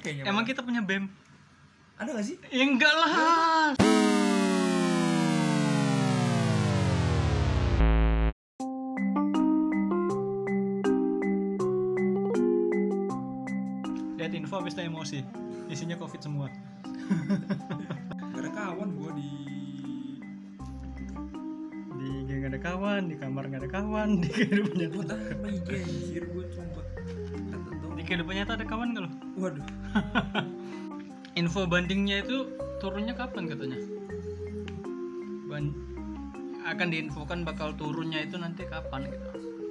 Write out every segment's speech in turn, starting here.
kayaknya. Emang kita punya BEM? Ada nggak sih? Ya enggak lah. Lihat info habis itu emosi. Isinya COVID semua. Gak ada kawan gue di IG gak ada kawan, di kamar gak ada kawan, di kehidupan nyata. buat apa IG anjir, gue cuma buat kata tuh. Di kehidupan nyata ada kawan gak lo? Waduh. Info bandingnya itu turunnya kapan katanya? Akan diinfokan bakal turunnya itu nanti kapan gitu.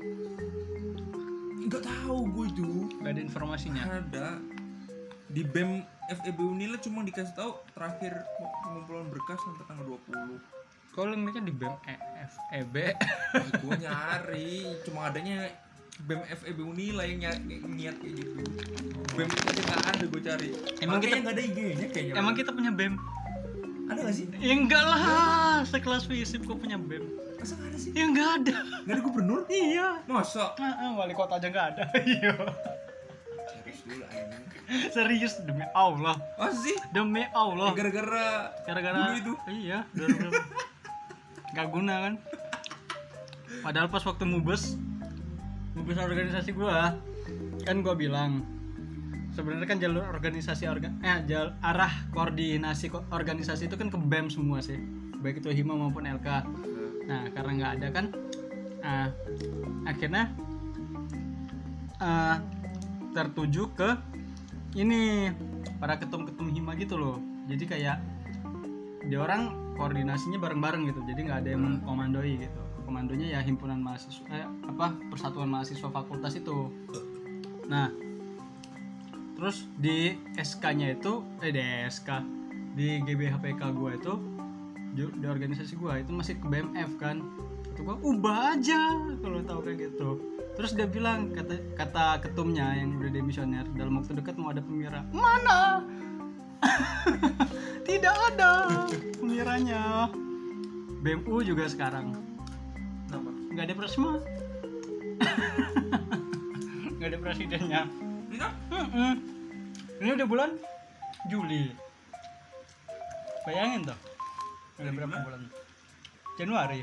Nggak tahu gue itu. Gak ada informasinya. Ada di BEM FEB Unila cuma dikasih tahu terakhir pengumpulan berkas sampai tanggal 20. Kalau ngeliatnya di BEM FEB. Gue nyari cuma adanya BEM FEB Unila yang niat kayak gitu. BEM aja nggak ada gue cari. Emang Makanya kita nggak ada IG-nya kayaknya. Emang kita punya BEM? ada nggak sih? Ya enggak lah, sekelas FISIP kok punya BEM. Masa nggak ada sih? Ya enggak ada. Nggak ada gubernur? Iya. Masa? Wali kota aja enggak ada. Iya. Serius dulu anjing. Serius demi Allah. Masa sih? Demi Allah. Gara-gara dulu itu. Iya, gak guna kan. Padahal pas waktu mubes organisasi gua kan gua bilang sebenarnya kan jalur organisasi arah koordinasi organisasi itu kan ke BEM semua sih, baik itu Hima maupun LK. Nah karena nggak ada kan, akhirnya tertuju ke ini para ketum-ketum Hima gitu loh. Jadi kayak dia orang koordinasinya bareng-bareng gitu, jadi nggak ada yang mengkomandoi gitu. Komandonya ya himpunan mahasiswa persatuan mahasiswa fakultas itu. Nah terus di SK-nya itu di GBHPK gua itu di organisasi gua itu masih ke BMF kan. Itu gua ubah aja kalau tahu kayak gitu. Terus dia bilang kata ketumnya yang udah demisioner, dalam waktu dekat mau ada pemirsa. Mana? Tidak ada pemiranya. BMU juga sekarang. Kenapa? Nggak ada presma. Nggak ada presidennya. Enggak? Ini udah bulan Juli. Bayangin tuh. Udah berapa bulan? Januari.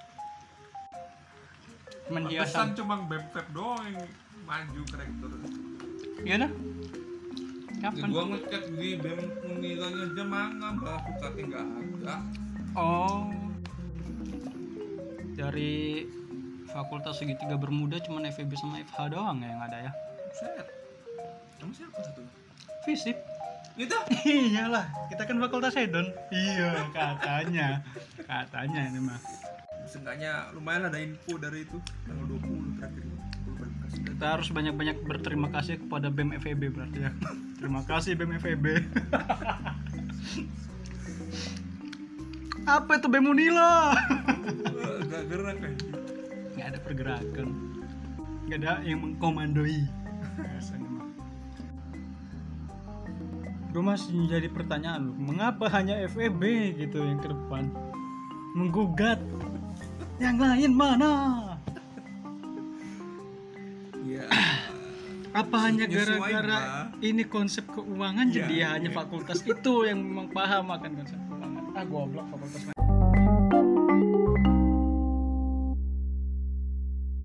Cuman Pesan cuma BEM-FEB doang yang maju ke rektor. Iya dah. Kapan? Gua ngecek di BEM Unilanya aja mana mbak, pusatnya nggak ada. Oh. Dari fakultas segitiga bermuda cuman FEB sama FH doang ya yang ada ya. Buset. Kamu siapa satu? FISIP. Gitu? Iyalah, kita kan fakultas hedon. Iya, katanya ini mah. Seenggaknya lumayan ada info dari itu tanggal 20 terakhir. Kita harus banyak-banyak berterima kasih kepada BEM FEB berarti ya. Terima kasih BEM FEB. Apa itu BEM Unila? Gak gerak kan? Nggak ada pergerakan, nggak ada yang mengkomandoi. Gue masih jadi pertanyaan loh, mengapa hanya FEB gitu yang ke depan menggugat, yang lain mana? Iya. Apa hanya Nyesuai, gara-gara Pak. ini konsep keuangan Iya, jadi iya. hanya fakultas itu yang memang paham akan konsep keuangan. Goblok fakultas